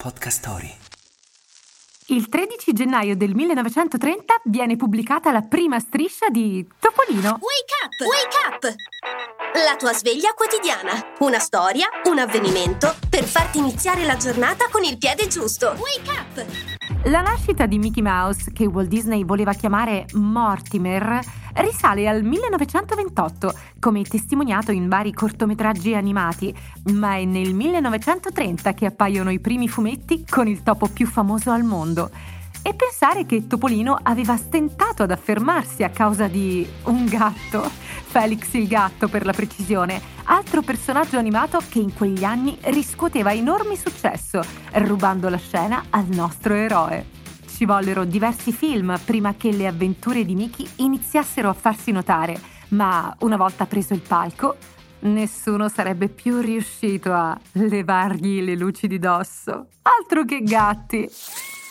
Podcast Story. Il 13 gennaio del 1930 viene pubblicata la prima striscia di Topolino. Wake up! Wake up! La tua sveglia quotidiana. Una storia, un avvenimento per farti iniziare la giornata con il piede giusto. Wake up! La nascita di Mickey Mouse, che Walt Disney voleva chiamare Mortimer, risale al 1928, come testimoniato in vari cortometraggi animati, ma è nel 1930 che appaiono i primi fumetti con il topo più famoso al mondo. E pensare che Topolino aveva stentato ad affermarsi a causa di un gatto, Felix il gatto per la precisione, altro personaggio animato che in quegli anni riscuoteva enorme successo, rubando la scena al nostro eroe. Ci vollero diversi film prima che le avventure di Mickey iniziassero a farsi notare, ma una volta preso il palco, nessuno sarebbe più riuscito a levargli le luci di dosso. Altro che gatti!